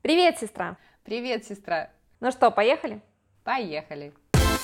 Привет, сестра! Привет, сестра! Ну что, поехали? Поехали!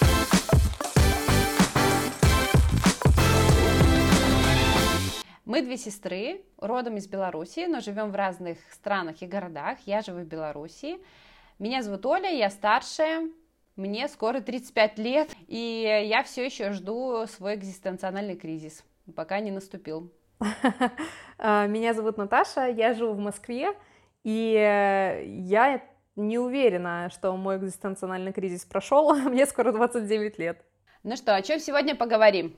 Мы две сестры, родом из Беларуси, но живем в разных странах и городах. Я живу в Беларуси. Меня зовут Оля, я старшая, мне скоро 35 лет, и я все еще жду свой экзистенциональный кризис, пока не наступил. Меня зовут Наташа, я живу в Москве, и я не уверена, что мой экзистенциональный кризис прошел, мне скоро 29 лет. Ну что, о чем сегодня поговорим?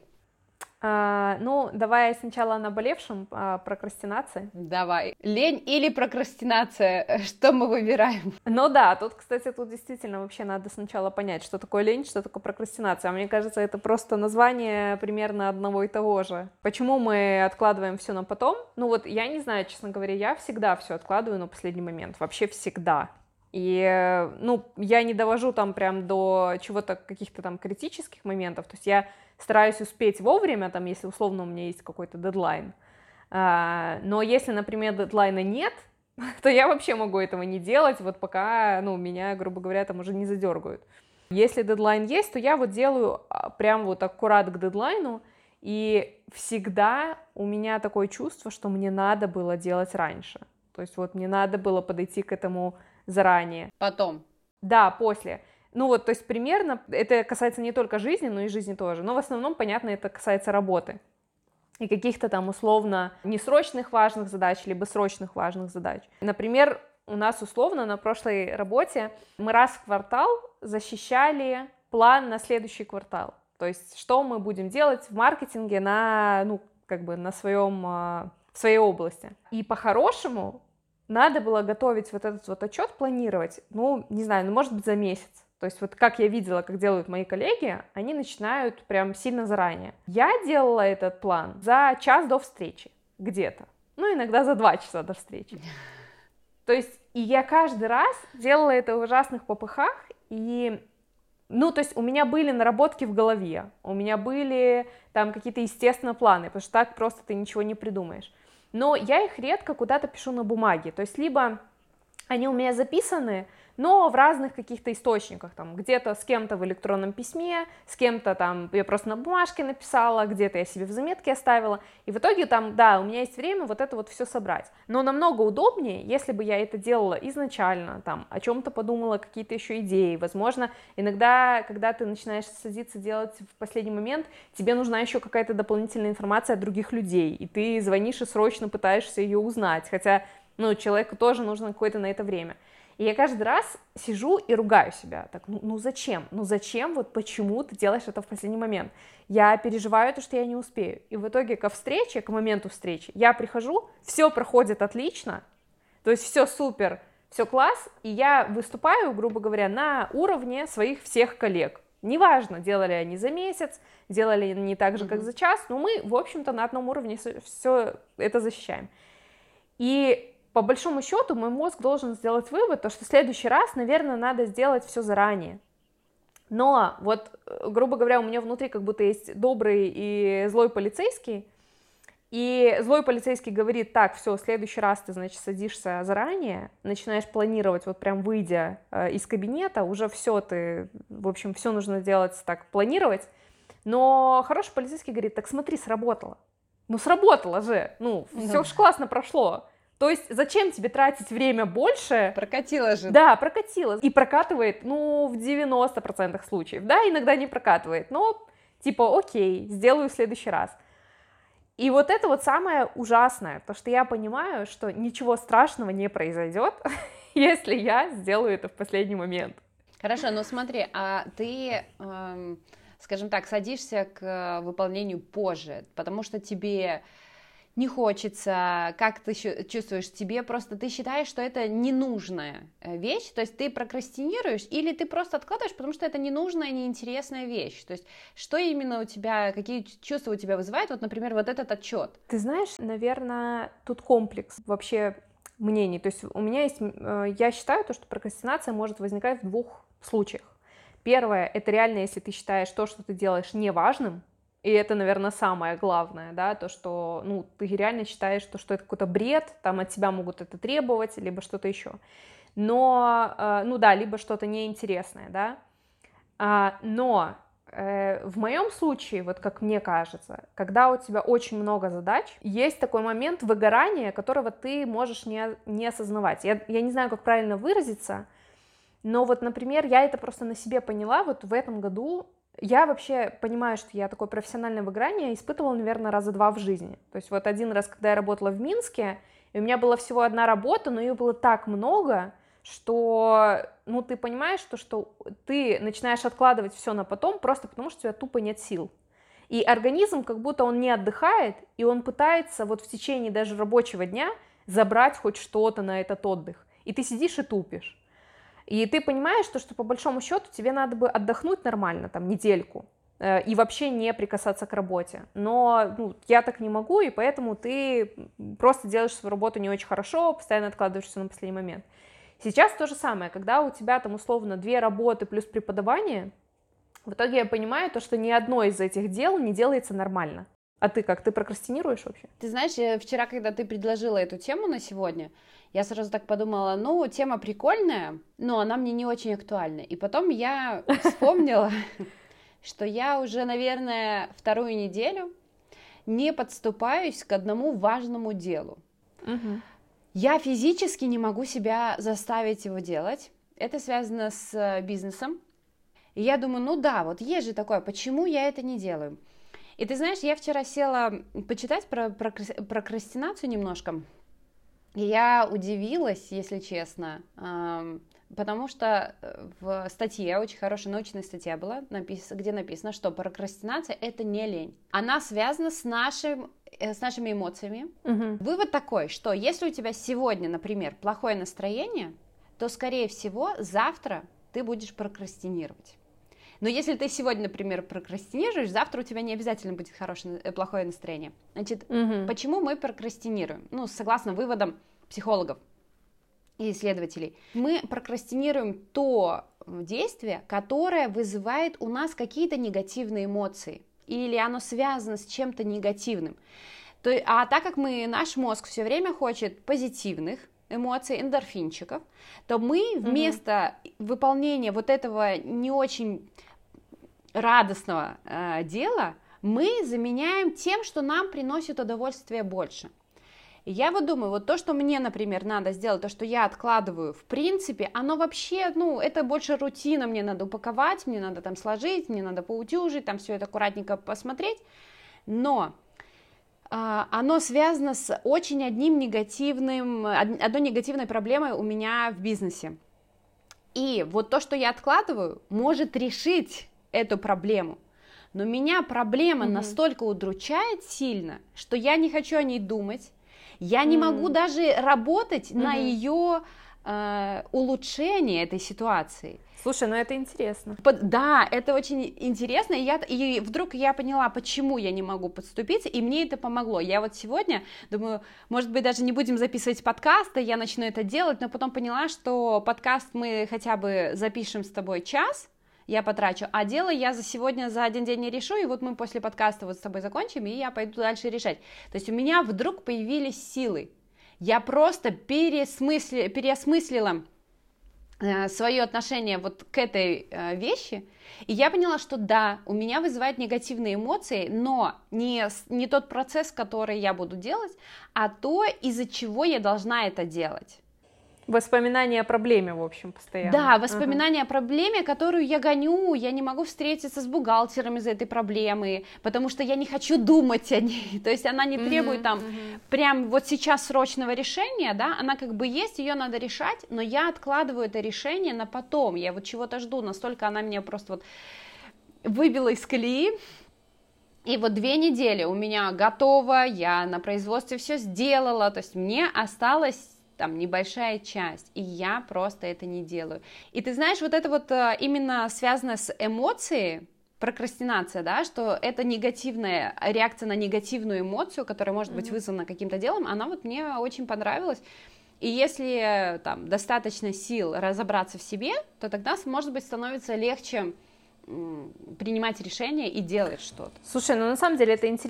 Давай сначала о наболевшем, о прокрастинации. Давай. Лень или прокрастинация? Что мы выбираем? Ну да, тут действительно вообще надо сначала понять, что такое лень, что такое прокрастинация. А мне кажется, это просто название примерно одного и того же. Почему мы откладываем все на потом? Ну вот я не знаю, честно говоря, я всегда все откладываю на последний момент, вообще всегда. И, я не довожу там прям до чего-то, каких-то там критических моментов, то есть я стараюсь успеть вовремя, там, если условно у меня есть какой-то дедлайн, но если, например, дедлайна нет, то я вообще могу этого не делать, вот пока, меня, грубо говоря, там уже не задергают. Если дедлайн есть, то я вот делаю прям вот аккурат к дедлайну, и всегда у меня такое чувство, что мне надо было делать раньше. То есть вот мне надо было подойти к этому заранее. Потом. Да, после. То есть примерно, это касается не только жизни, но и жизни тоже. Но в основном, понятно, это касается работы. И каких-то там условно несрочных важных задач, либо срочных важных задач. Например, у нас условно на прошлой работе мы раз в квартал защищали план на следующий квартал. То есть что мы будем делать в маркетинге в своей области. И по-хорошему надо было готовить вот этот вот отчет, планировать, может быть, за месяц. То есть вот как я видела, как делают мои коллеги, они начинают прям сильно заранее. Я делала этот план за час до встречи где-то. Иногда за 2 часа до встречи. То есть и я каждый раз делала это в ужасных попыхах, и то есть у меня были наработки в голове, у меня были там какие-то, естественно, планы, потому что так просто ты ничего не придумаешь. Но я их редко куда-то пишу на бумаге, то есть либо они у меня записаны, но в разных каких-то источниках, там, где-то с кем-то в электронном письме, с кем-то там я просто на бумажке написала, где-то я себе в заметке оставила, и в итоге там, да, у меня есть время вот это вот все собрать, но намного удобнее, если бы я это делала изначально, там, о чем-то подумала, какие-то еще идеи, возможно, иногда, когда ты начинаешь садиться делать в последний момент, тебе нужна еще какая-то дополнительная информация от других людей, и ты звонишь и срочно пытаешься ее узнать, хотя, человеку тоже нужно какое-то на это время. И я каждый раз сижу и ругаю себя. Так, зачем? Зачем? Вот почему ты делаешь это в последний момент? Я переживаю то, что я не успею. И в итоге к моменту встречи, я прихожу, все проходит отлично, то есть все супер, все класс, и я выступаю, грубо говоря, на уровне своих всех коллег. Неважно, делали они за месяц, делали не так же, как за час, но мы, в общем-то, на одном уровне все это защищаем. И по большому счету мой мозг должен сделать вывод, что в следующий раз, наверное, надо сделать все заранее. Но вот, грубо говоря, у меня внутри как будто есть добрый и злой полицейский, и злой полицейский говорит: так, все, в следующий раз ты, значит, садишься заранее, начинаешь планировать, вот прям выйдя из кабинета, уже все все нужно делать так, планировать. Но хороший полицейский говорит: так смотри, сработало. Сработало же, все же классно прошло. То есть зачем тебе тратить время больше? Прокатило же. Да, прокатило. И прокатывает, в 90% случаев. Да, иногда не прокатывает, но окей, сделаю в следующий раз. И вот это вот самое ужасное, потому что я понимаю, что ничего страшного не произойдет, если я сделаю это в последний момент. Хорошо, смотри, а ты, скажем так, садишься к выполнению позже, потому что тебе не хочется, как ты чувствуешь, тебе просто, ты считаешь, что это ненужная вещь, то есть ты прокрастинируешь или ты просто откладываешь, потому что это ненужная, неинтересная вещь, то есть что именно у тебя, какие чувства у тебя вызывает, вот, например, вот этот отчет? Ты знаешь, наверное, тут комплекс вообще мнений, то есть у меня есть, я считаю, что прокрастинация может возникать в 2 случаях. Первое, это реально, если ты считаешь то, что ты делаешь, неважным. И это, наверное, самое главное, да, то, что, ты реально считаешь, что это какой-то бред, там от тебя могут это требовать, либо что-то еще. но, ну да, либо что-то неинтересное, да, но в моем случае, вот как мне кажется, когда у тебя очень много задач, есть такой момент выгорания, которого ты можешь не осознавать. Я не знаю, как правильно выразиться, но вот, например, я это просто на себе поняла, вот в этом году я вообще понимаю, что я такое профессиональное выгорание испытывала, наверное, раза 2 в жизни. То есть вот один раз, когда я работала в Минске, и у меня была всего одна работа, но ее было так много, что, ну, ты понимаешь, что ты начинаешь откладывать все на потом, просто потому что у тебя тупо нет сил. И организм как будто он не отдыхает, и он пытается вот в течение даже рабочего дня забрать хоть что-то на этот отдых. И ты сидишь и тупишь. И ты понимаешь, что по большому счету тебе надо бы отдохнуть нормально, там, недельку, и вообще не прикасаться к работе. Но ну, я так не могу, и поэтому ты просто делаешь свою работу не очень хорошо, постоянно откладываешься на последний момент. Сейчас то же самое, когда у тебя там условно 2 работы плюс преподавание, в итоге я понимаю то, что ни одно из этих дел не делается нормально. А ты как, ты прокрастинируешь вообще? Ты знаешь, вчера, когда ты предложила эту тему на сегодня, я сразу так подумала, ну, тема прикольная, но она мне не очень актуальна. И потом я вспомнила, что я уже, наверное, 2-ю неделю не подступаюсь к одному важному делу. Я физически не могу себя заставить его делать. Это связано с бизнесом. И я думаю, ну да, вот есть же такое, почему я это не делаю? И ты знаешь, я вчера села почитать про прокрастинацию немножко, и я удивилась, если честно, потому что в статье, очень хорошая научная статья была, где написано, что прокрастинация – это не лень. Она связана с нашими эмоциями. Вывод такой, что если у тебя сегодня, например, плохое настроение, то, скорее всего, завтра ты будешь прокрастинировать. Но если ты сегодня, например, прокрастинируешь, завтра у тебя не обязательно будет плохое настроение. Значит, почему мы прокрастинируем? Ну, согласно выводам психологов и исследователей, мы прокрастинируем то действие, которое вызывает у нас какие-то негативные эмоции, или оно связано с чем-то негативным. А так как наш мозг все время хочет позитивных эмоций, эндорфинчиков, то мы вместо выполнения вот этого не очень радостного дела, мы заменяем тем, что нам приносит удовольствие больше. И я вот думаю, вот то, что мне, например, надо сделать, то, что я откладываю, в принципе, оно вообще, ну, это больше рутина, мне надо упаковать, мне надо там сложить, мне надо поутюжить, там все это аккуратненько посмотреть, но оно связано с очень одной негативной проблемой у меня в бизнесе. И вот то, что я откладываю, может решить эту проблему. Но меня проблема настолько удручает сильно, что я не хочу о ней думать, я не могу даже работать на ее улучшение этой ситуации. Слушай, ну это интересно. Да, это очень интересно, и вдруг я поняла, почему я не могу подступиться, и мне это помогло. Я вот сегодня думаю, может быть, даже не будем записывать подкасты, я начну это делать, но потом поняла, что подкаст мы хотя бы запишем с тобой час, я потрачу, а дело я сегодня за один день не решу, и вот мы после подкаста вот с тобой закончим, и я пойду дальше решать. То есть у меня вдруг появились силы, я просто переосмыслила свое отношение вот к этой вещи, и я поняла, что да, у меня вызывает негативные эмоции, но не тот процесс, который я буду делать, а то, из-за чего я должна это делать. Воспоминания о проблеме, в общем, постоянно. Да, воспоминания о проблеме, которую я гоню, я не могу встретиться с бухгалтером из-за этой проблемы, потому что я не хочу думать о ней, то есть она не требует там прям вот сейчас срочного решения, да, она как бы есть, ее надо решать, но я откладываю это решение на потом, я вот чего-то жду, настолько она меня просто вот выбила из колеи. И вот 2 недели у меня готово, я на производстве все сделала, то есть мне осталось там небольшая часть, и я просто это не делаю. И ты знаешь, вот это вот именно связано с эмоцией, прокрастинация, да, что это негативная реакция на негативную эмоцию, которая может быть вызвана каким-то делом, она вот мне очень понравилась. И если там достаточно сил разобраться в себе, то тогда, может быть, становится легче принимать решения и делать что-то. Слушай, ну на самом деле это интересно.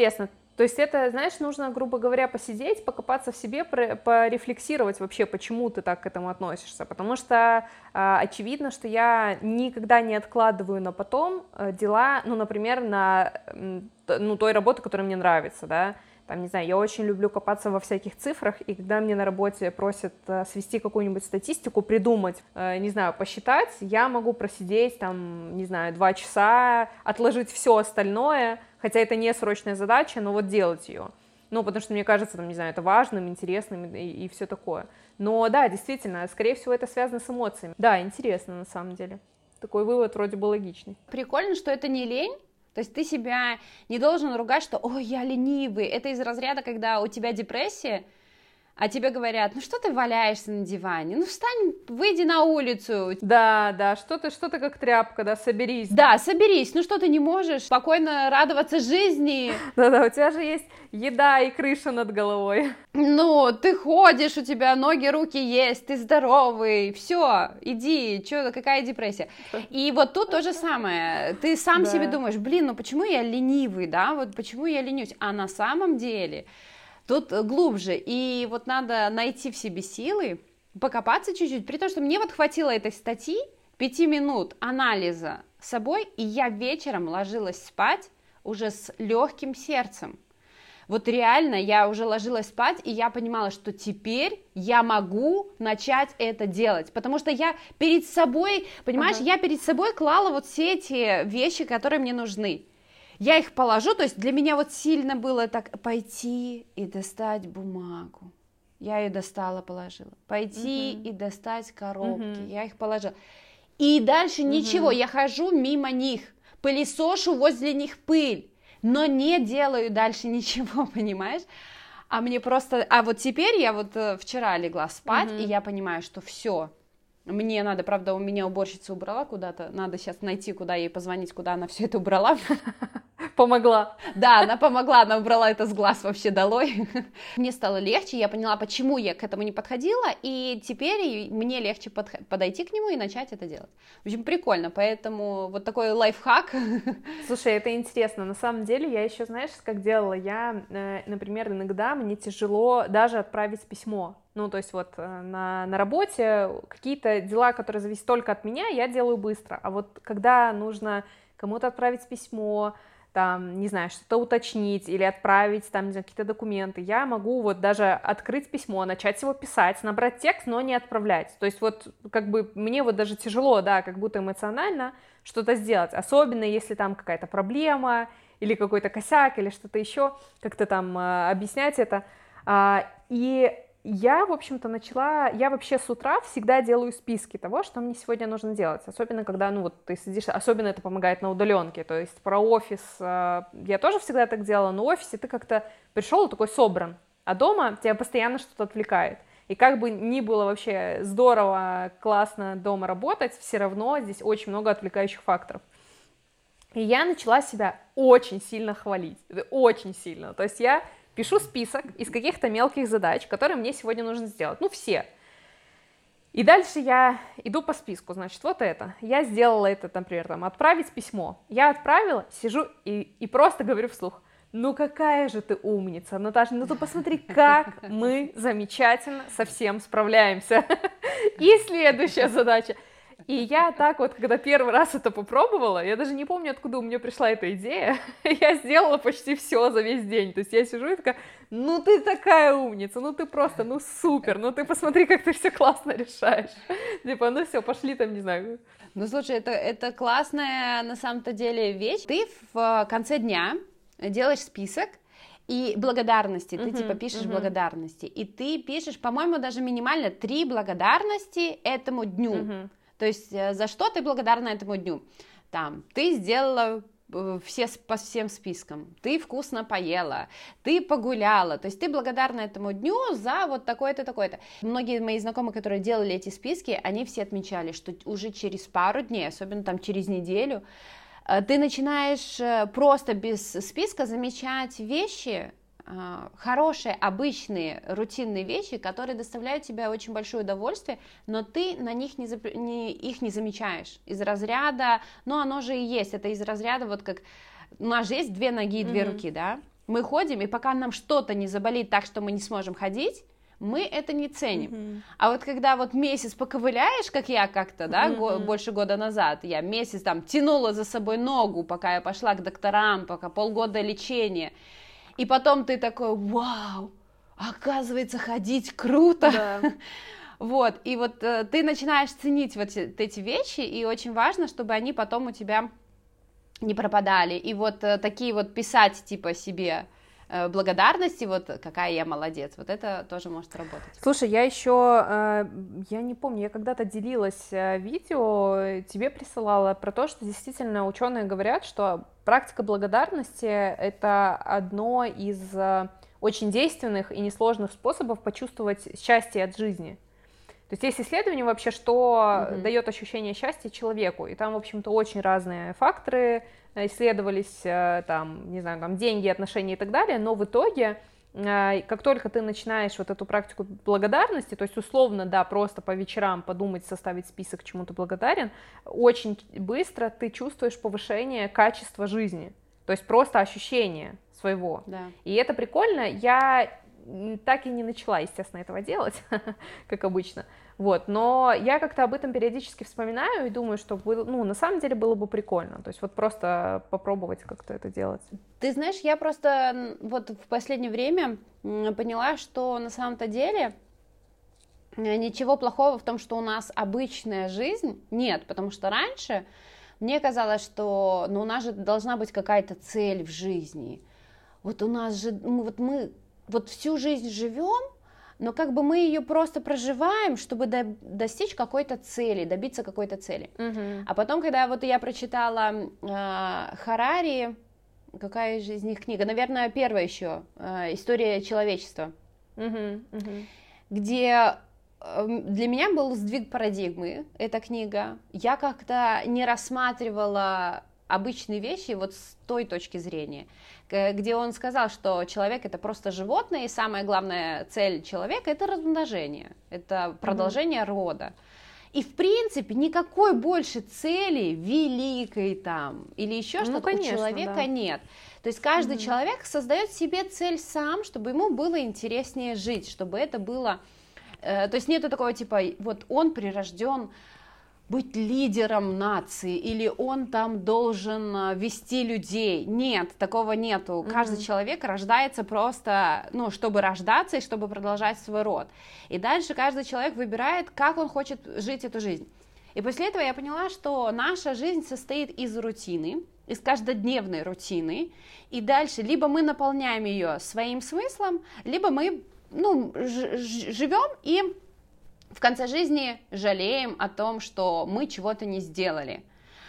То есть это, знаешь, нужно, грубо говоря, посидеть, покопаться в себе, порефлексировать вообще, почему ты так к этому относишься, потому что очевидно, что я никогда не откладываю на потом дела, ну, например, на той работы, которая мне нравится, да, там, не знаю, я очень люблю копаться во всяких цифрах, и когда мне на работе просят свести какую-нибудь статистику, придумать, не знаю, посчитать, я могу просидеть, там, не знаю, 2 часа, отложить все остальное, хотя это не срочная задача, но вот делать ее. Ну, потому что мне кажется, там, не знаю, это важным, интересным и все такое. Но да, действительно, скорее всего, это связано с эмоциями. Да, интересно на самом деле. Такой вывод вроде бы логичный. Прикольно, что это не лень. То есть ты себя не должен ругать, что «Ой, я ленивый». Это из разряда, когда у тебя депрессия, а тебе говорят: ну что ты валяешься на диване, ну встань, выйди на улицу. Да, что ты как тряпка, да, соберись. Да, соберись, ну что ты не можешь спокойно радоваться жизни. Да, у тебя же есть еда и крыша над головой. Ну, ты ходишь, у тебя ноги, руки есть, ты здоровый, все, иди, что, какая депрессия. И вот тут то же самое, ты сам себе думаешь: блин, ну почему я ленивый, да, вот почему я ленюсь, а на самом деле... Тут глубже, и вот надо найти в себе силы, покопаться чуть-чуть, при том, что мне вот хватило этой статьи, 5 минут анализа собой, и я вечером ложилась спать уже с легким сердцем. Вот реально, я уже ложилась спать, и я понимала, что теперь я могу начать это делать, потому что я перед собой, понимаешь, я перед собой клала вот все эти вещи, которые мне нужны. Я их положу, то есть для меня вот сильно было так пойти и достать бумагу. Я ее достала, положила. Пойти и достать коробки. Я их положила. И дальше ничего, я хожу мимо них, пылесошу возле них пыль, но не делаю дальше ничего, понимаешь? А мне просто... А вот теперь я вот вчера легла спать, и я понимаю, что все. Мне надо, правда, у меня уборщица убрала куда-то, надо сейчас найти, куда ей позвонить, куда она все это убрала. Помогла. Да, она помогла, она убрала это с глаз вообще долой. Мне стало легче, я поняла, почему я к этому не подходила, и теперь мне легче подойти к нему и начать это делать. В общем, прикольно, поэтому вот такой лайфхак. Слушай, это интересно, на самом деле я еще, знаешь, как делала? Я, например, иногда мне тяжело даже отправить письмо. Ну, то есть вот на работе какие-то дела, которые зависят только от меня, я делаю быстро. А вот когда нужно кому-то отправить письмо, там, не знаю, что-то уточнить или отправить, там, не знаю, какие-то документы, я могу вот даже открыть письмо, начать его писать, набрать текст, но не отправлять. То есть вот как бы мне вот даже тяжело, да, как будто эмоционально что-то сделать, особенно если там какая-то проблема или какой-то косяк или что-то еще, как-то там объяснять это. И я, в общем-то, я вообще с утра всегда делаю списки того, что мне сегодня нужно делать, особенно когда, ну, вот ты сидишь, особенно это помогает на удаленке, то есть про офис я тоже всегда так делала, но в офисе ты как-то пришел такой собран, а дома тебя постоянно что-то отвлекает, и как бы ни было вообще здорово, классно дома работать, все равно здесь очень много отвлекающих факторов. И я начала себя очень сильно хвалить, очень сильно, то есть я пишу список из каких-то мелких задач, которые мне сегодня нужно сделать, ну все. И дальше я иду по списку, значит, вот это. Я сделала это, например, там, отправить письмо. Я отправила, сижу и просто говорю вслух: ну какая же ты умница, Наташа, ну ты посмотри, как мы замечательно со всем справляемся. И следующая задача. И я так вот, когда первый раз это попробовала, я даже не помню, откуда у меня пришла эта идея, я сделала почти все за весь день. То есть я сижу и такая: ну ты такая умница, ну ты просто, ну супер, ну ты посмотри, как ты все классно решаешь. Типа, ну все, пошли там, не знаю. Ну слушай, это классная на самом-то деле вещь. Ты в конце дня делаешь список и благодарности, ты типа пишешь благодарности, и ты пишешь, по-моему, даже минимально 3 благодарности этому дню. То есть за что ты благодарна этому дню? Там, ты сделала по всем спискам, ты вкусно поела, ты погуляла, то есть ты благодарна этому дню за вот такое-то, такое-то. Многие мои знакомые, которые делали эти списки, они все отмечали, что уже через пару дней, особенно там через неделю, ты начинаешь просто без списка замечать вещи, хорошие, обычные, рутинные вещи, которые доставляют тебе очень большое удовольствие, но ты на них их не замечаешь. Из разряда, ну оно же и есть, это из разряда вот как у нас же есть 2 ноги и 2 руки, да? Мы ходим, и пока нам что-то не заболит так, что мы не сможем ходить, мы это не ценим. А вот когда вот месяц поковыляешь, как я как-то, да, больше года назад, я месяц там тянула за собой ногу, пока я пошла к докторам, пока полгода лечения, и потом ты такой, вау, оказывается, ходить круто. Да. Вот, и вот ты начинаешь ценить вот эти вещи, и очень важно, чтобы они потом у тебя не пропадали. И вот такие вот писать типа себе благодарности, вот какая я молодец, вот это тоже может работать. Слушай, я еще, я не помню, я когда-то делилась видео, тебе присылала про то, что действительно ученые говорят, что практика благодарности — это одно из очень действенных и несложных способов почувствовать счастье от жизни. То есть есть исследование вообще, что дает ощущение счастья человеку, и там, в общем-то, очень разные факторы исследовались, там, не знаю, там, деньги, отношения и так далее, но в итоге, как только ты начинаешь вот эту практику благодарности, то есть условно, да, просто по вечерам подумать, составить список, чему ты благодарен, очень быстро ты чувствуешь повышение качества жизни, то есть просто ощущение своего. Да. И это прикольно. Я так и не начала, естественно, этого делать, как обычно, вот, но я как-то об этом периодически вспоминаю и думаю, что, ну, на самом деле было бы прикольно, то есть вот просто попробовать как-то это делать. Ты знаешь, я просто вот в последнее время поняла, что на самом-то деле ничего плохого в том, что у нас обычная жизнь, нет, потому что раньше мне казалось, что, ну, у нас же должна быть какая-то цель в жизни, вот у нас же, мы вот всю жизнь живем, но как бы мы ее просто проживаем, чтобы достичь какой-то цели, добиться какой-то цели. А потом, когда вот я прочитала Харари, какая же из них книга? Наверное, первая еще, «История человечества», где для меня был сдвиг парадигмы, эта книга. Я как-то не рассматривала обычные вещи вот с той точки зрения, где он сказал, что человек — это просто животное, и самая главная цель человека — это размножение, это продолжение рода. И, в принципе, никакой больше цели великой там или еще что-то конечно, у человека да. нет. То есть каждый человек создает себе цель сам, чтобы ему было интереснее жить, чтобы это было... То есть нету такого типа, вот он прирожден быть лидером нации, или он там должен вести людей. Нет, такого нету. Каждый человек рождается просто, ну, чтобы рождаться и чтобы продолжать свой род. И дальше каждый человек выбирает, как он хочет жить эту жизнь. И после этого я поняла, что наша жизнь состоит из рутины, из каждодневной рутины, и дальше либо мы наполняем ее своим смыслом, либо мы, ну, живем и в конце жизни жалеем о том, что мы чего-то не сделали.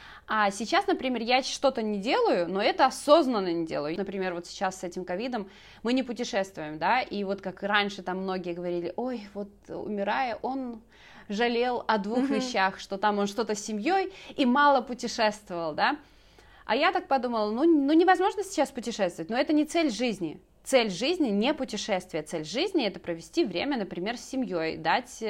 А сейчас, например, я что-то не делаю, но это осознанно не делаю. Например, вот сейчас с этим ковидом мы не путешествуем, да, и вот как раньше там многие говорили, ой, вот умирая, он жалел о двух вещах, что там он что-то с семьей и мало путешествовал, да. А я так подумала, ну невозможно сейчас путешествовать, но это не цель жизни. Цель жизни не путешествие, цель жизни — это провести время, например, с семьей, дать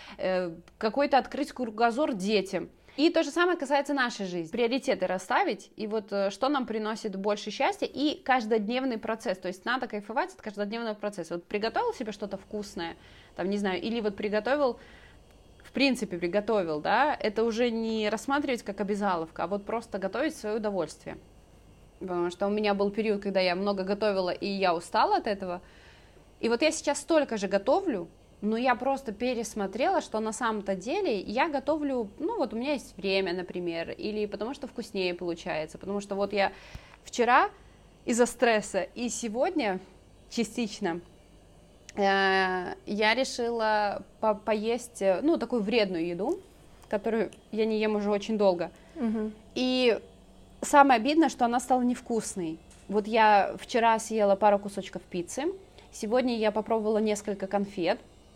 какой-то открыть кругозор детям. И то же самое касается нашей жизни. Приоритеты расставить, и вот что нам приносит больше счастья, и каждодневный процесс. То есть надо кайфовать от каждодневного процесса. Вот приготовил себе что-то вкусное, там, не знаю, или вот приготовил, в принципе, приготовил, да, это уже не рассматривать как обязаловка, а вот просто готовить в свое удовольствие. Потому что у меня был период, когда я много готовила, и я устала от этого. И вот я сейчас столько же готовлю, но я просто пересмотрела, что на самом-то деле я готовлю, ну вот у меня есть время, например, или потому что вкуснее получается, потому что вот я вчера из-за стресса и сегодня частично я решила поесть, ну, такую вредную еду, которую я не ем уже очень долго. И самое обидное, что она стала невкусной. Вот я вчера съела пару кусочков пиццы, сегодня я попробовала несколько конфет,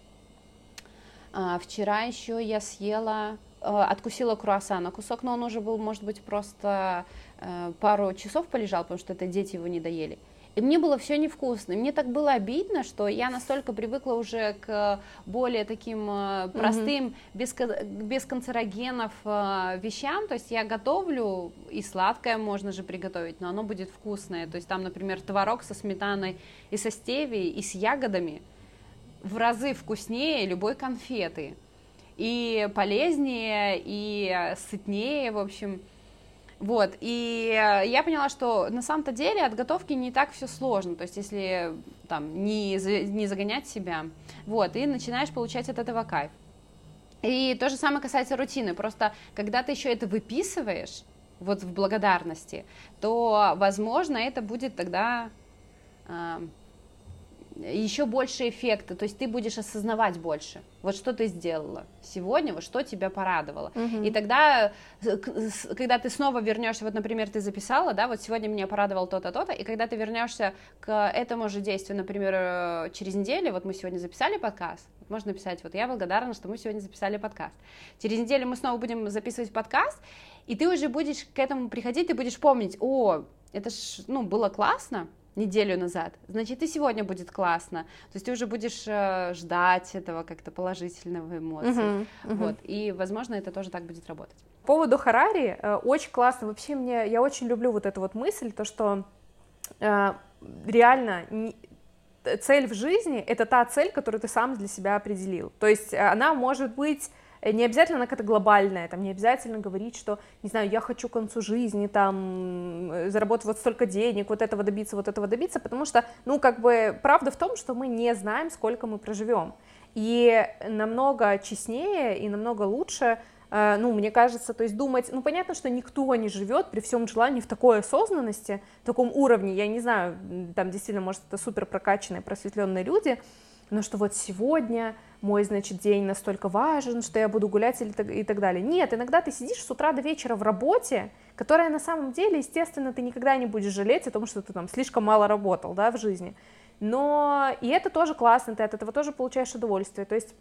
вчера еще я съела, откусила круассан на кусок, но он уже был, может быть, просто пару часов полежал, потому что это дети его не доели. И мне было все невкусно. И мне так было обидно, что я настолько привыкла уже к более таким простым, без канцерогенов вещам. То есть я готовлю, и сладкое можно же приготовить, но оно будет вкусное. То есть там, например, творог со сметаной и со стевией, и с ягодами в разы вкуснее любой конфеты. И полезнее, и сытнее, в общем. Вот, и я поняла, что на самом-то деле от готовки не так все сложно, то есть если там не загонять себя, вот, и начинаешь получать от этого кайф. И то же самое касается рутины, просто когда ты еще это выписываешь, вот в благодарности, то, возможно, это будет тогда еще больше эффекта, то есть ты будешь осознавать больше, вот что ты сделала сегодня, вот что тебя порадовало, и тогда, когда ты снова вернешься, вот, например, ты записала, да, вот сегодня меня порадовало то-то, то-то, и когда ты вернешься к этому же действию, например, через неделю, вот мы сегодня записали подкаст, можно написать, вот я благодарна, что мы сегодня записали подкаст, через неделю мы снова будем записывать подкаст, и ты уже будешь к этому приходить, ты будешь помнить, это ж, было классно, неделю назад, значит, и сегодня будет классно. То есть ты уже будешь ждать этого как-то положительного эмоции. Вот. И, возможно, это тоже так будет работать. По поводу Харари, очень классно. Вообще, я очень люблю вот эту вот мысль, то, что реально цель в жизни — это та цель, которую ты сам для себя определил. То есть она может быть не обязательно она какая-то глобальная, там, не обязательно говорить, что, не знаю, я хочу к концу жизни, там, заработать вот столько денег, вот этого добиться, потому что, правда в том, что мы не знаем, сколько мы проживем, и намного честнее и намного лучше, мне кажется, то есть думать, понятно, что никто не живет при всем желании в такой осознанности, в таком уровне, я не знаю, там, действительно, может, это супер прокачанные, просветленные люди, но что вот сегодня мой, значит, день настолько важен, что я буду гулять и так далее. Нет, иногда ты сидишь с утра до вечера в работе, которая на самом деле, естественно, ты никогда не будешь жалеть о том, что ты там слишком мало работал, да, в жизни. Но и это тоже классно, ты от этого тоже получаешь удовольствие. То есть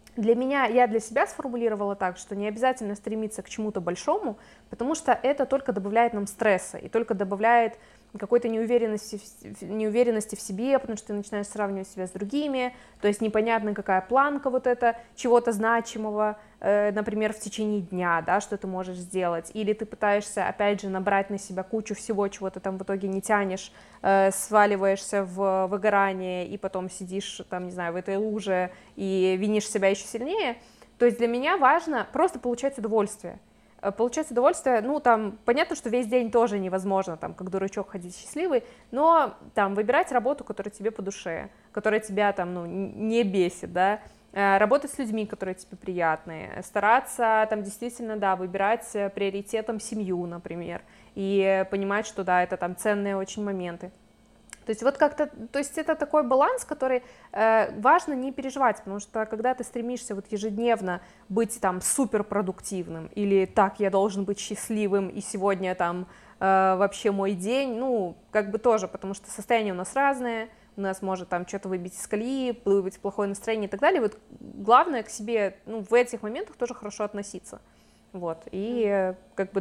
я для себя сформулировала так, что не обязательно стремиться к чему-то большому, потому что это только добавляет нам стресса и только добавляет какой-то неуверенности в себе, потому что ты начинаешь сравнивать себя с другими, то есть непонятно, какая планка вот это чего-то значимого, например, в течение дня, да, что ты можешь сделать, или ты пытаешься, опять же, набрать на себя кучу всего, чего ты там в итоге не тянешь, сваливаешься в выгорание и потом сидишь, там, не знаю, в этой луже и винишь себя еще сильнее. То есть для меня важно просто получать удовольствие. Получать удовольствие, понятно, что весь день тоже невозможно, там, как дурачок ходить счастливый, но, там, выбирать работу, которая тебе по душе, которая тебя, там, не бесит, да, работать с людьми, которые тебе приятные, стараться, там, действительно, да, выбирать приоритетом семью, например, и понимать, что, да, это, там, ценные очень моменты. То есть вот как-то, то есть это такой баланс, который важно не переживать, потому что когда ты стремишься вот ежедневно быть там суперпродуктивным или так, я должен быть счастливым, и сегодня там вообще мой день, тоже, потому что состояние у нас разное, у нас может там что-то выбить из колеи, быть плохое настроение и так далее. Вот главное к себе, в этих моментах тоже хорошо относиться. Вот, и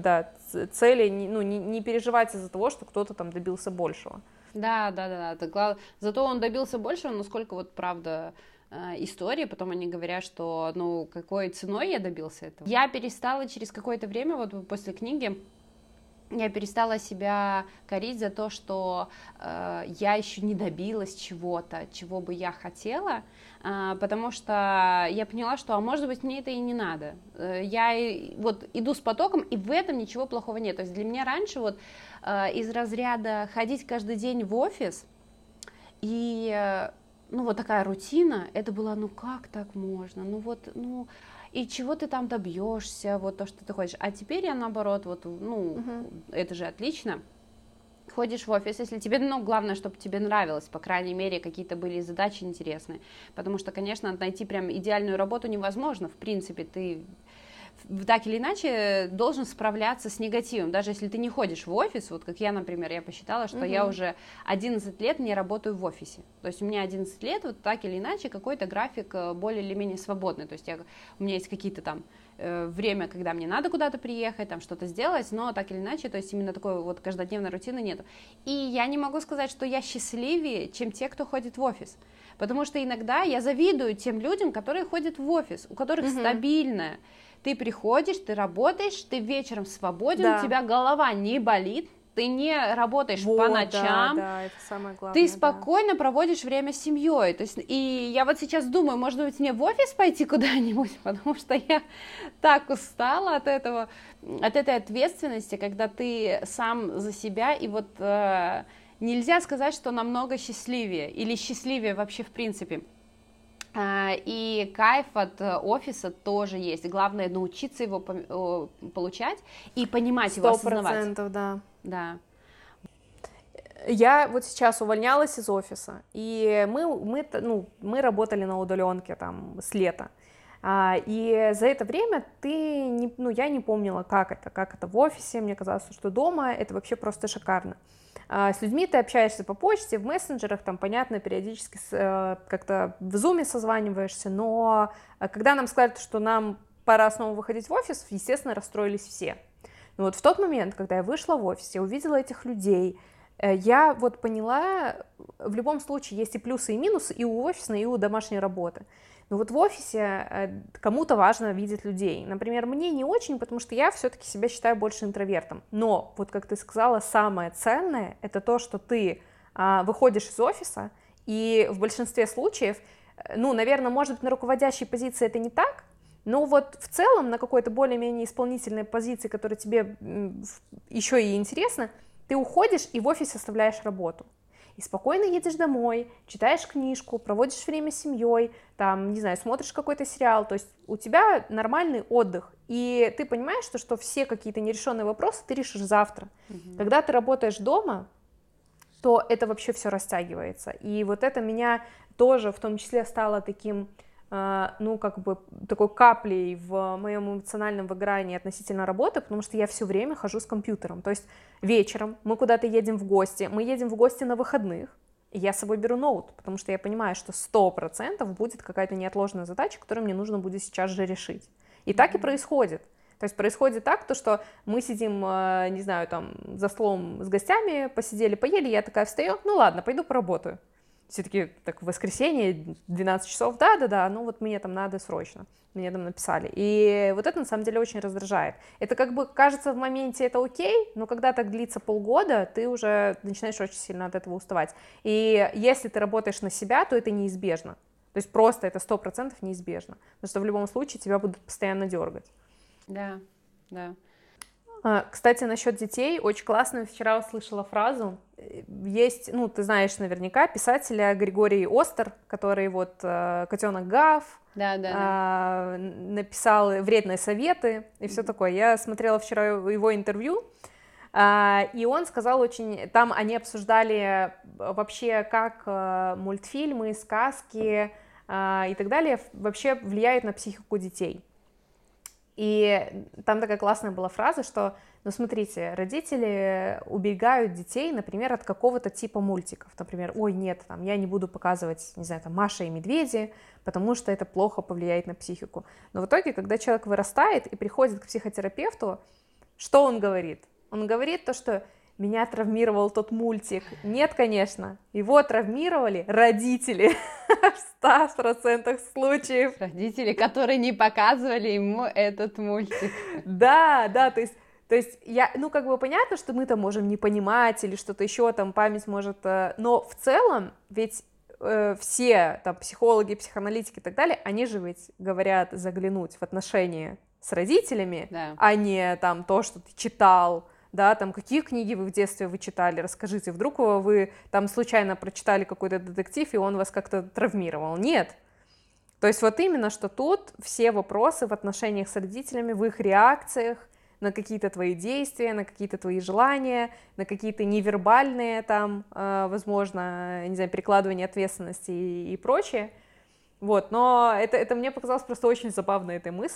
цели, не переживать из-за того, что кто-то там добился большего. Да, зато он добился большего, но сколько вот, правда, истории, потом они говорят, что, какой ценой я добился этого. Я перестала через какое-то время, вот после книги, я перестала себя корить за то, что я еще не добилась чего-то, чего бы я хотела, потому что я поняла, что, может быть, мне это и не надо. Я вот иду с потоком, и в этом ничего плохого нет. То есть для меня раньше вот из разряда ходить каждый день в офис, и, вот такая рутина, это было, как так можно, и чего ты там добьешься, вот то, что ты хочешь. А теперь я наоборот, это же отлично. Ходишь в офис, если тебе, главное, чтобы тебе нравилось, по крайней мере, какие-то были задачи интересные. Потому что, конечно, найти прям идеальную работу невозможно. В принципе, так или иначе должен справляться с негативом, даже если ты не ходишь в офис, вот как я, например, я посчитала, что я уже 11 лет не работаю в офисе, то есть у меня 11 лет, вот так или иначе, какой-то график более или менее свободный, то есть у меня есть какие-то там время, когда мне надо куда-то приехать, там что-то сделать, но так или иначе, то есть именно такой вот каждодневной рутины нету. И я не могу сказать, что я счастливее, чем те, кто ходит в офис, потому что иногда я завидую тем людям, которые ходят в офис, у которых стабильно. Ты приходишь, ты работаешь, ты вечером свободен, у тебя голова не болит, ты не работаешь по ночам, да, это самое главное, ты спокойно проводишь время с семьей. То есть, и я вот сейчас думаю, может быть, мне в офис пойти куда-нибудь, потому что я так устала от этого, от этой ответственности, когда ты сам за себя, и вот нельзя сказать, что намного счастливее, или счастливее вообще в принципе. И кайф от офиса тоже есть. Главное научиться его получать и понимать его, осознавать. 100%, да. Да. Я вот сейчас увольнялась из офиса, и мы работали на удаленке там с лета. И за это время я не помнила, как это в офисе, мне казалось, что дома это вообще просто шикарно. С людьми ты общаешься по почте, в мессенджерах, там, понятно, периодически как-то в зуме созваниваешься, но когда нам сказали, что нам пора снова выходить в офис, естественно, расстроились все. Но вот в тот момент, когда я вышла в офис, я увидела этих людей, я вот поняла, в любом случае есть и плюсы, и минусы и у офисной, и у домашней работы. Но вот в офисе кому-то важно видеть людей. Например, мне не очень, потому что я все-таки себя считаю больше интровертом. Но, вот как ты сказала, самое ценное — это то, что ты выходишь из офиса, и в большинстве случаев, наверное, может быть, на руководящей позиции это не так, но вот в целом на какой-то более-менее исполнительной позиции, которая тебе еще и интересна, ты уходишь и в офисе оставляешь работу. И спокойно едешь домой, читаешь книжку, проводишь время с семьей, там, не знаю, смотришь какой-то сериал, то есть у тебя нормальный отдых, и ты понимаешь, что все какие-то нерешенные вопросы ты решишь завтра. Когда ты работаешь дома, то это вообще все растягивается, и вот это меня тоже в том числе стало таким, такой каплей в моем эмоциональном выгорании относительно работы, потому что я все время хожу с компьютером, то есть вечером мы куда-то едем в гости, мы едем в гости на выходных, и я с собой беру ноут, потому что я понимаю, что 100% будет какая-то неотложная задача, которую мне нужно будет сейчас же решить. И так и происходит. То есть происходит так, что мы сидим, не знаю, там, за столом с гостями, посидели, поели, я такая встаю, ладно, пойду поработаю. Все таки так в воскресенье, 12 часов, да, вот мне там надо срочно, мне там написали. И вот это на самом деле очень раздражает. Это как бы кажется в моменте это окей, но когда так длится полгода, ты уже начинаешь очень сильно от этого уставать. И если ты работаешь на себя, то это неизбежно. То есть просто это 100% неизбежно. Потому что в любом случае тебя будут постоянно дергать. Да. Кстати, насчет детей, очень классно, вчера услышала фразу, есть, ты знаешь наверняка, писателя Григорий Остер, который вот «Котенок Гав», написал «Вредные советы» и все такое. Я смотрела вчера его интервью, и он сказал там они обсуждали вообще, как мультфильмы, сказки и так далее вообще влияют на психику детей. И там такая классная была фраза, что, смотрите, родители убегают детей, например, от какого-то типа мультиков. Например, ой, нет, я не буду показывать, не знаю, Маша и Медведи, потому что это плохо повлияет на психику. Но в итоге, когда человек вырастает и приходит к психотерапевту, что он говорит? Он говорит то, что меня травмировал тот мультик. Нет, конечно, его травмировали родители в 100% случаев. Родители, которые не показывали ему этот мультик. Да, то есть понятно, что мы там можем не понимать или что-то еще, там память может, но в целом ведь все там психологи, психоаналитики и так далее, они же ведь говорят заглянуть в отношения с родителями, а не там то, что ты читал, да, там, какие книги вы в детстве вы читали, расскажите, вдруг вы там случайно прочитали какой-то детектив, и он вас как-то травмировал. Нет. То есть вот именно, что тут все вопросы в отношениях с родителями, в их реакциях на какие-то твои действия, на какие-то твои желания, на какие-то невербальные там, возможно, не знаю, перекладывание ответственности и прочее. Вот, но это мне показалось просто очень забавной этой мысль.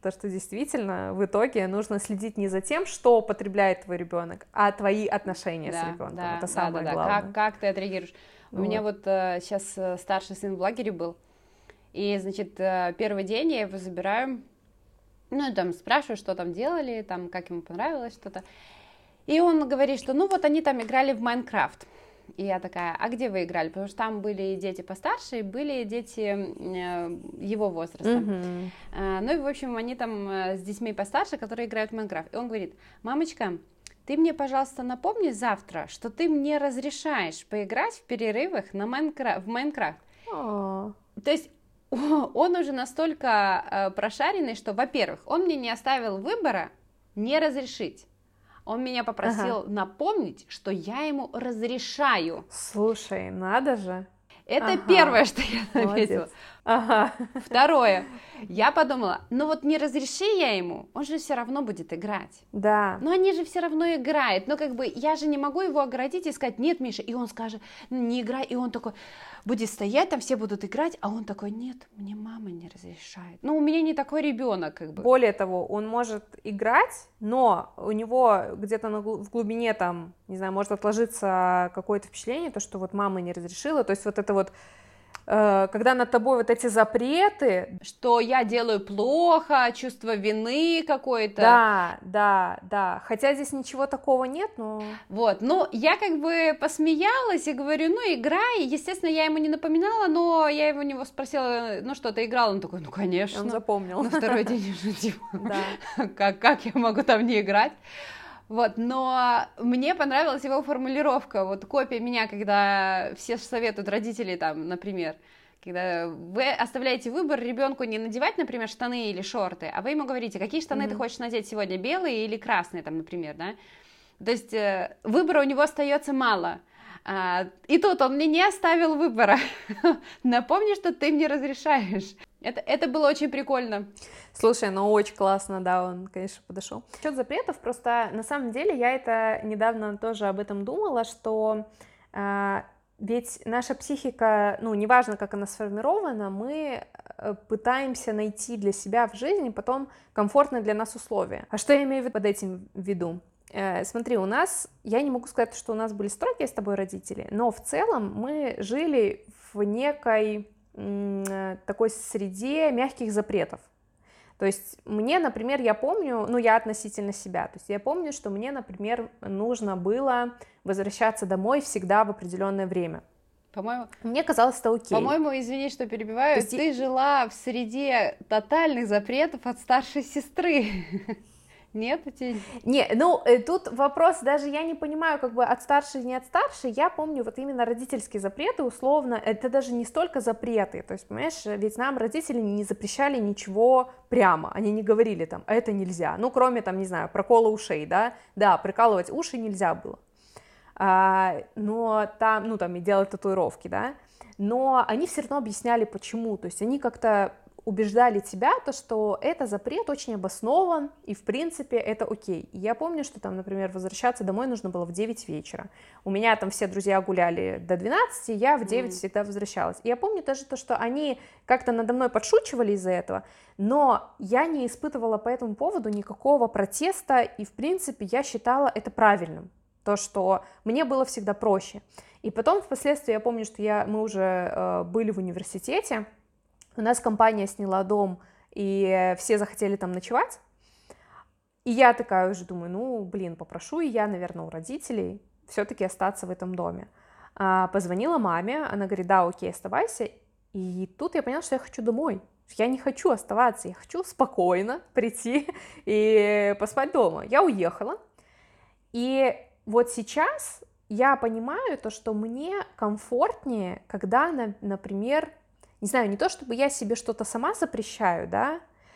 то, что действительно в итоге нужно следить не за тем, что потребляет твой ребенок, а твои отношения с ребенком. Это самое главное. Как ты отреагируешь? У меня вот сейчас старший сын в лагере был, и, значит, первый день я его забираю, ну, там, спрашиваю, что там делали, там, как ему понравилось что-то, и он говорит, что, ну, вот они там играли в Майнкрафт. И я такая, а где вы играли? Потому что там были дети постарше, и были дети его возраста. Ну и, в общем, они там с детьми постарше, которые играют в Майнкрафт. И он говорит, мамочка, ты мне, пожалуйста, напомни завтра, что ты мне разрешаешь поиграть в перерывах в Майнкрафт. То есть он уже настолько прошаренный, что, во-первых, он мне не оставил выбора не разрешить. Он меня попросил напомнить, что я ему разрешаю. Слушай, надо же. Это первое, что я заметила. Второе, я подумала, ну вот не разреши я ему, он же все равно будет играть. Да. Но они же все равно играют. Но как бы я же не могу его оградить и сказать, нет, Миша, и он скажет, не играй, и он такой будет стоять, там все будут играть, а он такой, нет, мне мама не разрешает. Ну, у меня не такой ребенок, как бы. Более того, он может играть, но у него где-то в глубине там, не знаю, может отложиться какое-то впечатление, то, что вот мама не разрешила, то есть вот это вот когда над тобой вот эти запреты, что я делаю плохо, чувство вины какое-то. Да, хотя здесь ничего такого нет, но... Вот, ну, я как бы посмеялась и говорю, ну, играй, естественно, я ему не напоминала, но я его у него спросила, ну, что, ты играл? Он такой, ну, конечно. Он запомнил. На второй день уже, типа, как я могу там не играть? Вот, но мне понравилась его формулировка, вот копия меня, когда все советуют родители там, например, когда вы оставляете выбор ребенку не надевать, например, штаны или шорты, а вы ему говорите, какие штаны ты хочешь надеть сегодня, белые или красные, там, например, да, то есть выбора у него остается мало. И тут он мне не оставил выбора. Напомни, что ты мне разрешаешь. Это было очень прикольно. Слушай, ну очень классно, да, он, конечно, подошел. Насчет запретов, просто на самом деле я это недавно тоже об этом думала, что ведь наша психика, ну, неважно, как она сформирована, мы пытаемся найти для себя в жизни потом комфортные для нас условия. А что я имею под этим в виду? Смотри, у нас, я не могу сказать, что у нас были строгие с тобой родители, но в целом мы жили в некой такой среде мягких запретов. То есть мне, например, я помню, ну я относительно себя, то есть я помню, что мне, например, нужно было возвращаться домой всегда в определенное время. По-моему, мне казалось это окей. По-моему, извини, что перебиваю, ты жила в среде тотальных запретов от старшей сестры. Нет, не, ну тут вопрос, даже я не понимаю, как бы от старшей, не от старшей, я помню вот именно родительские запреты, условно, это даже не столько запреты, то есть, понимаешь, ведь нам родители не запрещали ничего прямо, они не говорили там, а это нельзя, ну, кроме там, не знаю, прокола ушей, да, прикалывать уши нельзя было, но там, ну, там, и делать татуировки, да, но они все равно объясняли, почему, то есть они как-то убеждали тебя, то, что это запрет очень обоснован, и, в принципе, это окей. И я помню, что там, например, возвращаться домой нужно было в 9 вечера. У меня там все друзья гуляли до 12, я в 9 всегда возвращалась. И я помню даже то, что они как-то надо мной подшучивали из-за этого, но я не испытывала по этому поводу никакого протеста, и, в принципе, я считала это правильным. То, что мне было всегда проще. И потом, впоследствии, я помню, что мы уже были в университете, у нас компания сняла дом, и все захотели там ночевать, и я такая уже думаю, ну, блин, попрошу и я, наверное, у родителей все-таки остаться в этом доме. Позвонила маме, она говорит, да, окей, оставайся, и тут я поняла, что я хочу домой, я не хочу оставаться, я хочу спокойно прийти и поспать дома. Я уехала, и вот сейчас я понимаю то, что мне комфортнее, когда, например, не знаю, не то чтобы я себе что-то сама запрещаю, да,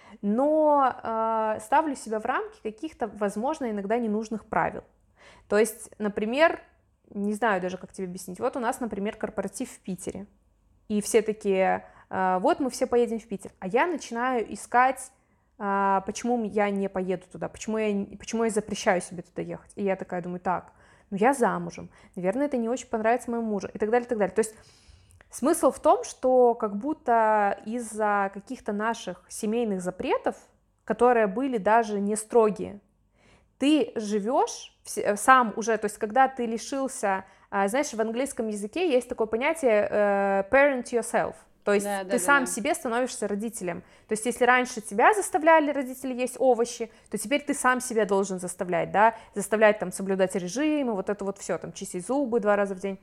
но ставлю себя в рамки каких-то, возможно, иногда ненужных правил. То есть, например, не знаю даже, как тебе объяснить, вот у нас, например, корпоратив в Питере, и все такие, вот мы все поедем в Питер, а я начинаю искать, почему я не поеду туда, почему я запрещаю себе туда ехать, и я такая думаю, так, ну я замужем, наверное, это не очень понравится моему мужу, и так далее, и так далее, то есть смысл в том, что как будто из-за каких-то наших семейных запретов которые были даже не строгие. Ты живешь сам уже, то есть когда ты лишился, знаешь, в английском языке есть такое понятие parent yourself, то есть ты сам себе становишься родителем. То есть если раньше тебя заставляли родители есть овощи, то теперь ты сам себя должен заставлять, да, заставлять там соблюдать режим, и вот это вот все, там чистить зубы 2 раза в день.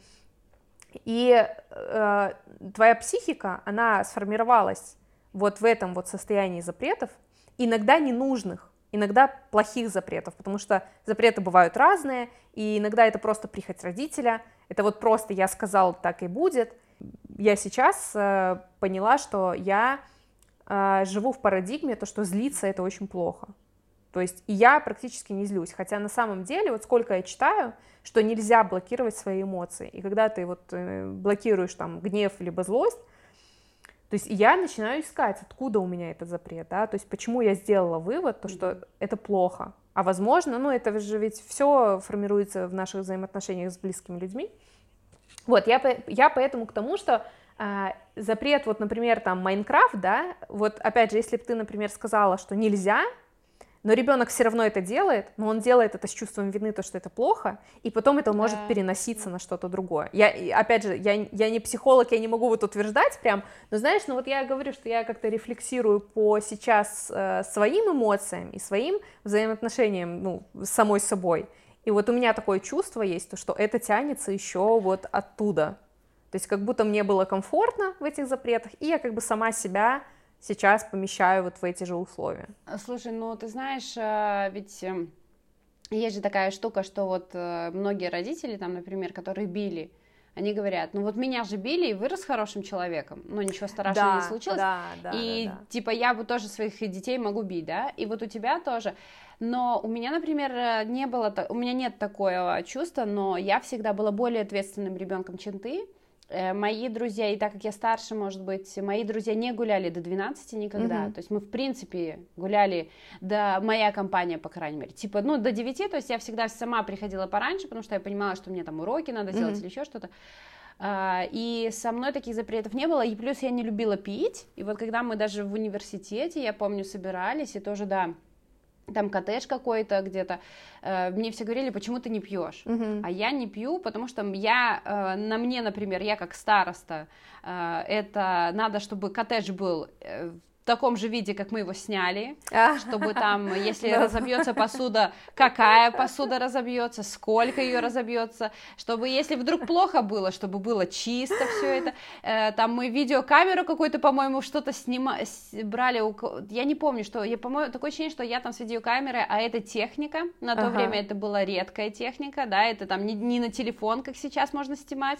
И твоя психика, она сформировалась вот в этом вот состоянии запретов, иногда ненужных, иногда плохих запретов, потому что запреты бывают разные, и иногда это просто прихоть родителя, это вот просто я сказал, так и будет. Я сейчас поняла, что я живу в парадигме, то, что злиться — это очень плохо. То есть и я практически не злюсь, хотя на самом деле, вот сколько я читаю, что нельзя блокировать свои эмоции, и когда ты вот блокируешь там гнев либо злость, то есть я начинаю искать, откуда у меня этот запрет, да, то есть почему я сделала вывод, то, что это плохо, а возможно, ну это же ведь все формируется в наших взаимоотношениях с близкими людьми. Вот, я поэтому к тому, что запрет, вот, например, там, Майнкрафт, да, вот, опять же, если бы ты, например, сказала, что нельзя, но ребенок все равно это делает, но он делает это с чувством вины, то, что это плохо, и потом это может переноситься на что-то другое. Опять же, я не психолог, я не могу вот утверждать прям, но знаешь, ну вот я говорю, что я как-то рефлексирую по сейчас своим эмоциям и своим взаимоотношениям, ну, с самой собой, и вот у меня такое чувство есть, то, что это тянется еще вот оттуда, то есть как будто мне было комфортно в этих запретах, и я как бы сама себя сейчас помещаю вот в эти же условия. Слушай, ну ты знаешь, ведь есть же такая штука, что вот многие родители, там, например, которые били, они говорят, ну вот меня же били и вырос хорошим человеком, ну ничего страшного не случилось, типа я бы тоже своих детей могу бить, да, и вот у тебя тоже, но у меня, например, не было, у меня нет такого чувства, но я всегда была более ответственным ребенком, чем ты. Мои друзья, и так как я старше, может быть, мои друзья не гуляли до 12 никогда, то есть мы, в принципе, гуляли, моя компания, по крайней мере, типа, ну, до 9, то есть я всегда сама приходила пораньше, потому что я понимала, что мне там уроки надо делать или еще что-то, и со мной таких запретов не было, и плюс я не любила пить, и вот когда мы даже в университете, я помню, собирались, и тоже, да, там коттедж какой-то где-то, мне все говорили, почему ты не пьешь, а я не пью, потому что на мне, например, я как староста, это надо, чтобы коттедж был в таком же виде, как мы его сняли, чтобы там, если разобьется посуда, какая посуда разобьется, сколько ее разобьется, чтобы, если вдруг плохо было, чтобы было чисто все это, там мы видеокамеру какую-то, по-моему, что-то брали, я не помню, что, по-моему, такое ощущение, что я там с видеокамерой, а это техника, на то время это была редкая техника, да, это там не на телефон, как сейчас можно снимать.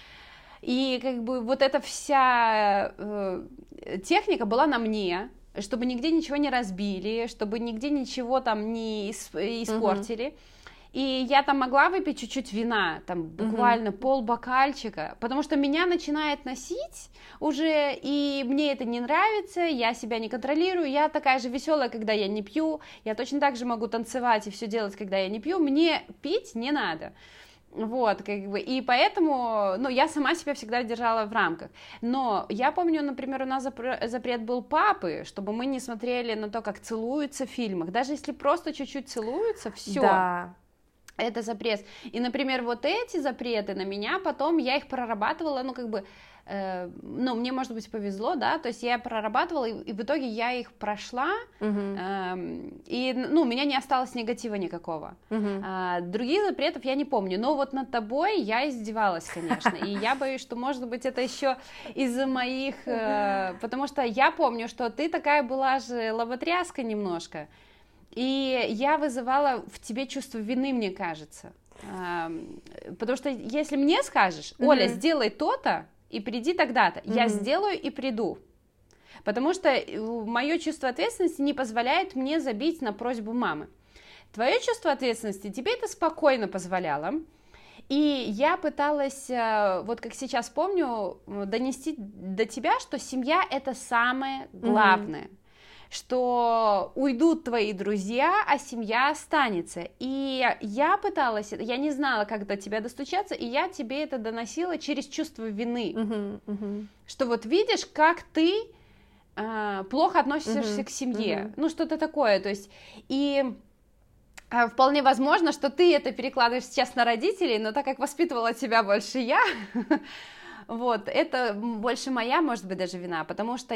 И как бы вот эта вся техника была на мне, чтобы нигде ничего не разбили, чтобы нигде ничего там не испортили. И я там могла выпить чуть-чуть вина, там буквально полбокальчика, потому что меня начинает носить уже, и мне это не нравится, я себя не контролирую, я такая же веселая, когда я не пью, я точно так же могу танцевать и все делать, когда я не пью, мне пить не надо. Вот, как бы, и поэтому, ну, я сама себя всегда держала в рамках, но я помню, например, у нас запрет был папы, чтобы мы не смотрели на то, как целуются в фильмах, даже если просто чуть-чуть целуются, все. Да. Это запрет. И, например, вот эти запреты на меня, потом я их прорабатывала, ну, как бы, ну, мне, может быть, повезло, да, то есть я прорабатывала, и в итоге я их прошла, и, ну, у меня не осталось негатива никакого. Других запретов я не помню, но вот над тобой я издевалась, конечно, и я боюсь, что, может быть, это еще из-за моих, потому что я помню, что ты такая была же лоботряска немножко, и я вызывала в тебе чувство вины, мне кажется, потому что если мне скажешь, Оля, сделай то-то, и приди тогда-то, я сделаю и приду, потому что мое чувство ответственности не позволяет мне забить на просьбу мамы. Твое чувство ответственности тебе это спокойно позволяло, и я пыталась, вот как сейчас помню, донести до тебя, что семья — это самое главное, что уйдут твои друзья, а семья останется. И я пыталась, я не знала, как до тебя достучаться, и я тебе это доносила через чувство вины. Что вот видишь, как ты плохо относишься к семье, ну что-то такое, то есть, и вполне возможно, что ты это перекладываешь сейчас на родителей, но так как воспитывала тебя больше я, вот, это больше моя, может быть, даже вина, потому что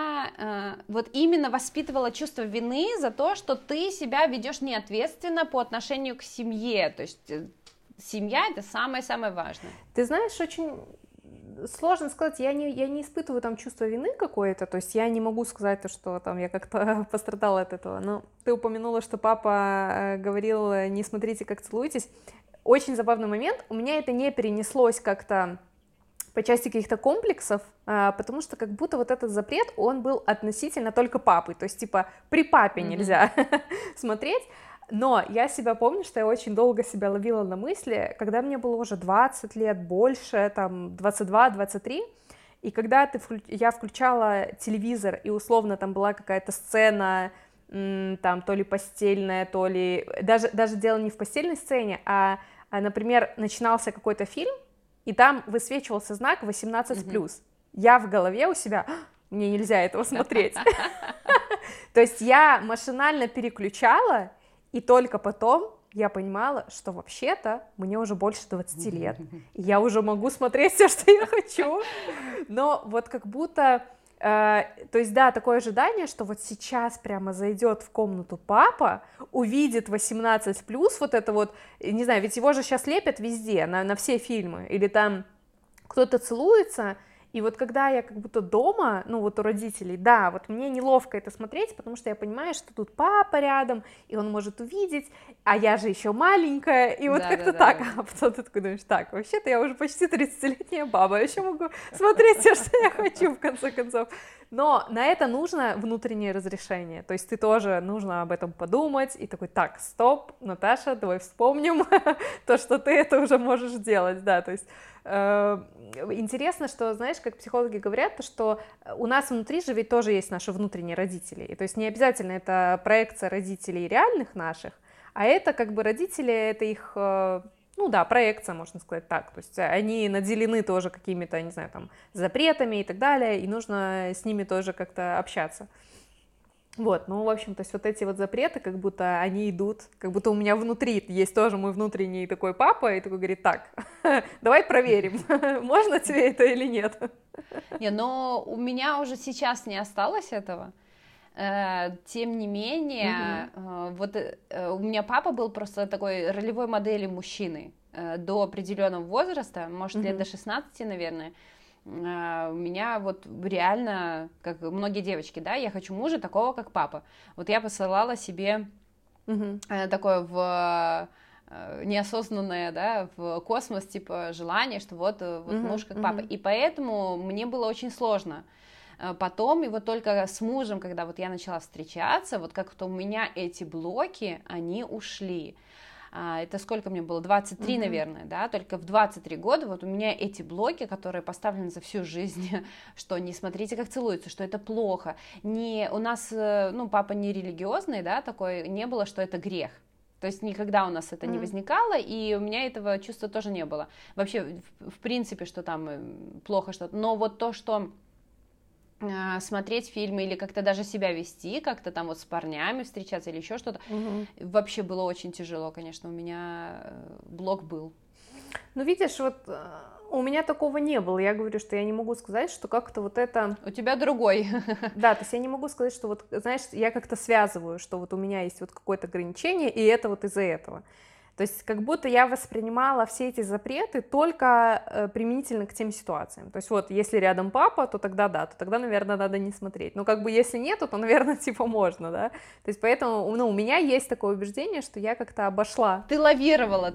я вот именно воспитывала чувство вины за то, что ты себя ведешь неответственно по отношению к семье, то есть семья — это самое-самое важное. Ты знаешь, очень сложно сказать, я не испытываю там чувство вины какое-то, то есть я не могу сказать, что там я как-то пострадала от этого, но ты упомянула, что папа говорил, не смотрите, как целуетесь. Очень забавный момент, у меня это не перенеслось как-то по части каких-то комплексов, потому что как будто вот этот запрет, он был относительно только папы, то есть типа при папе нельзя смотреть. Но я себя помню, что я очень долго себя ловила на мысли, когда мне было уже 20 лет, больше, там, 22-23, и когда я включала телевизор, и условно там была какая-то сцена, там, то ли постельная, то ли... Даже дело не в постельной сцене, например, начинался какой-то фильм, и там высвечивался знак 18+. Я в голове у себя... Мне нельзя этого смотреть. То есть я машинально переключала, и только потом я понимала, что вообще-то мне уже больше 20 лет, и я уже могу смотреть все, что я хочу. Но вот как будто, то есть да, такое ожидание, что вот сейчас прямо зайдет в комнату папа, увидит 18+, вот это вот, не знаю, ведь его же сейчас лепят везде, на все фильмы, или там кто-то целуется. И вот когда я как будто дома, ну вот у родителей, да, вот мне неловко это смотреть, потому что я понимаю, что тут папа рядом, и он может увидеть, а я же еще маленькая, и вот как-то так, а потом ты такой думаешь, так, вообще-то я уже почти 30-летняя баба, я еще могу смотреть все, что я хочу, в конце концов. Но на это нужно внутреннее разрешение, то есть ты тоже нужно об этом подумать, и такой, так, стоп, Наташа, давай вспомним то, что ты это уже можешь делать, да, то есть интересно, что, знаешь, как психологи говорят, то, что у нас внутри же ведь тоже есть наши внутренние родители, и то есть не обязательно это проекция родителей реальных наших, а это как бы родители, это их, ну да, проекция, можно сказать так, то есть они наделены тоже какими-то, не знаю, там, запретами и так далее, и нужно с ними тоже как-то общаться. Вот, ну, в общем, то есть вот эти вот запреты, как будто они идут, как будто у меня внутри есть тоже мой внутренний такой папа, и такой говорит, так, давай проверим, можно тебе это или нет. Не, но у меня уже сейчас не осталось этого. Тем не менее, вот у меня папа был просто такой ролевой моделью мужчины до определенного возраста, может, лет до 16, наверное. У меня вот реально, как многие девочки, да, я хочу мужа такого, как папа. Вот я посылала себе такое в неосознанное, да, в космос, типа, желание, что вот муж как папа. И поэтому мне было очень сложно. Потом, и вот только с мужем, когда вот я начала встречаться, вот как-то у меня эти блоки, они ушли. Это сколько мне было? 23, наверное, да, только в 23 года вот у меня эти блоки, которые поставлены за всю жизнь, что не смотрите, как целуются, что это плохо, не, у нас, ну, папа не религиозный, да, такой, не было, что это грех. То есть никогда у нас это не возникало, и у меня этого чувства тоже не было. Вообще, в принципе, что там плохо что-то, но вот то, что смотреть фильмы или как-то даже себя вести, как-то там вот с парнями встречаться или еще что-то, вообще было очень тяжело, конечно, у меня блок был. Ну, видишь, вот у меня такого не было, я говорю, что я не могу сказать, что как-то вот это... У тебя другой. Да, то есть я не могу сказать, что вот, знаешь, я как-то связываю, что вот у меня есть вот какое-то ограничение, и это вот из-за этого. То есть как будто я воспринимала все эти запреты только применительно к тем ситуациям. То есть вот, если рядом папа, то тогда да, то тогда, наверное, надо не смотреть. Но как бы если нету, то, наверное, типа можно, да. То есть поэтому, ну, у меня есть такое убеждение, что я как-то обошла. Ты лавировала.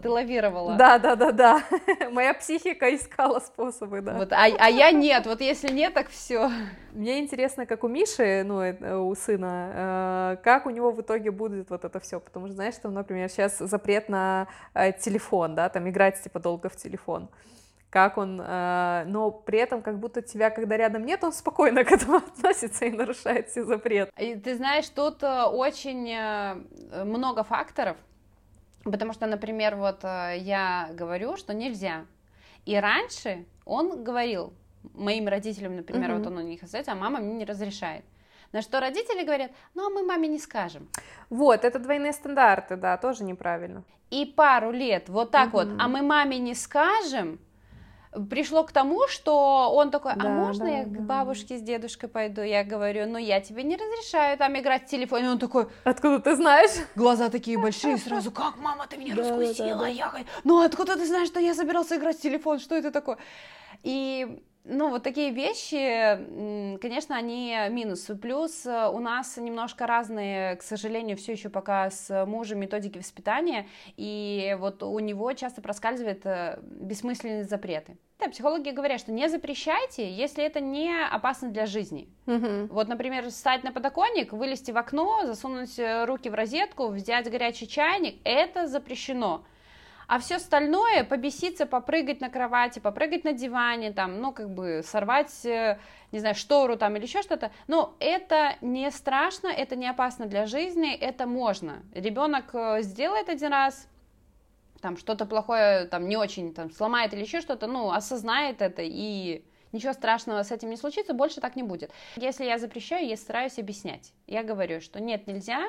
Да. Моя психика искала способы, да. Вот, а я нет, вот если нет, так все. Мне интересно, как у Миши, ну, у сына, как у него в итоге будет вот это все, потому что, знаешь, там, например, сейчас запрет на телефон, да, там, играть, типа, долго в телефон, как он, но при этом как будто тебя, когда рядом нет, он спокойно к этому относится и нарушает все запреты. И ты знаешь, тут очень много факторов, потому что, например, вот я говорю, что нельзя, и раньше он говорил, Моим родителям, например, вот он у них остается, а мама мне не разрешает. На что родители говорят, ну, а мы маме не скажем. Вот, это двойные стандарты, да, тоже неправильно. И пару лет вот так вот, а мы маме не скажем, пришло к тому, что он такой, а можно я к бабушке с дедушкой пойду? Я говорю, ну, я тебе не разрешаю там играть в телефон. И он такой, откуда ты знаешь? Глаза такие большие, сразу, как, мама, ты меня раскусила? Я говорю, ну, откуда ты знаешь, что я собирался играть в телефон? Что это такое? И... Ну, вот такие вещи, конечно, они минус. Плюс у нас немножко разные, к сожалению, все еще пока с мужем методики воспитания, и вот у него часто проскальзывают бессмысленные запреты. Да, психологи говорят, что не запрещайте, если это не опасно для жизни. Вот, например, встать на подоконник, вылезти в окно, засунуть руки в розетку, взять горячий чайник, это запрещено. А все остальное, побеситься, попрыгать на кровати, попрыгать на диване, там, ну, как бы сорвать, не знаю, штору там или еще что-то, но это не страшно, это не опасно для жизни, это можно. Ребенок сделает один раз, там, что-то плохое, там, не очень, там, сломает или еще что-то, ну, осознает это, и ничего страшного с этим не случится, больше так не будет. Если я запрещаю, я стараюсь объяснять. Я говорю, что нет, нельзя.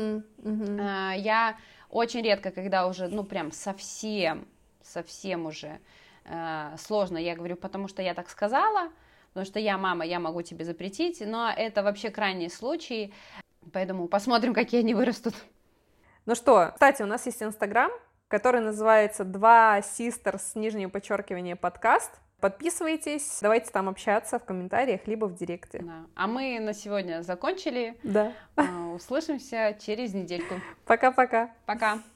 Я очень редко, когда уже, ну, прям совсем уже сложно, я говорю, потому что я так сказала, потому что я мама, я могу тебе запретить, но это вообще крайний случай, поэтому посмотрим, какие они вырастут. Ну что, кстати, у нас есть Инстаграм, который называется 2 Sisters, нижнее подчеркивание, подкаст. Подписывайтесь, давайте там общаться в комментариях, либо в директе. Да. А мы на сегодня закончили. Да. Услышимся через недельку. Пока-пока. Пока.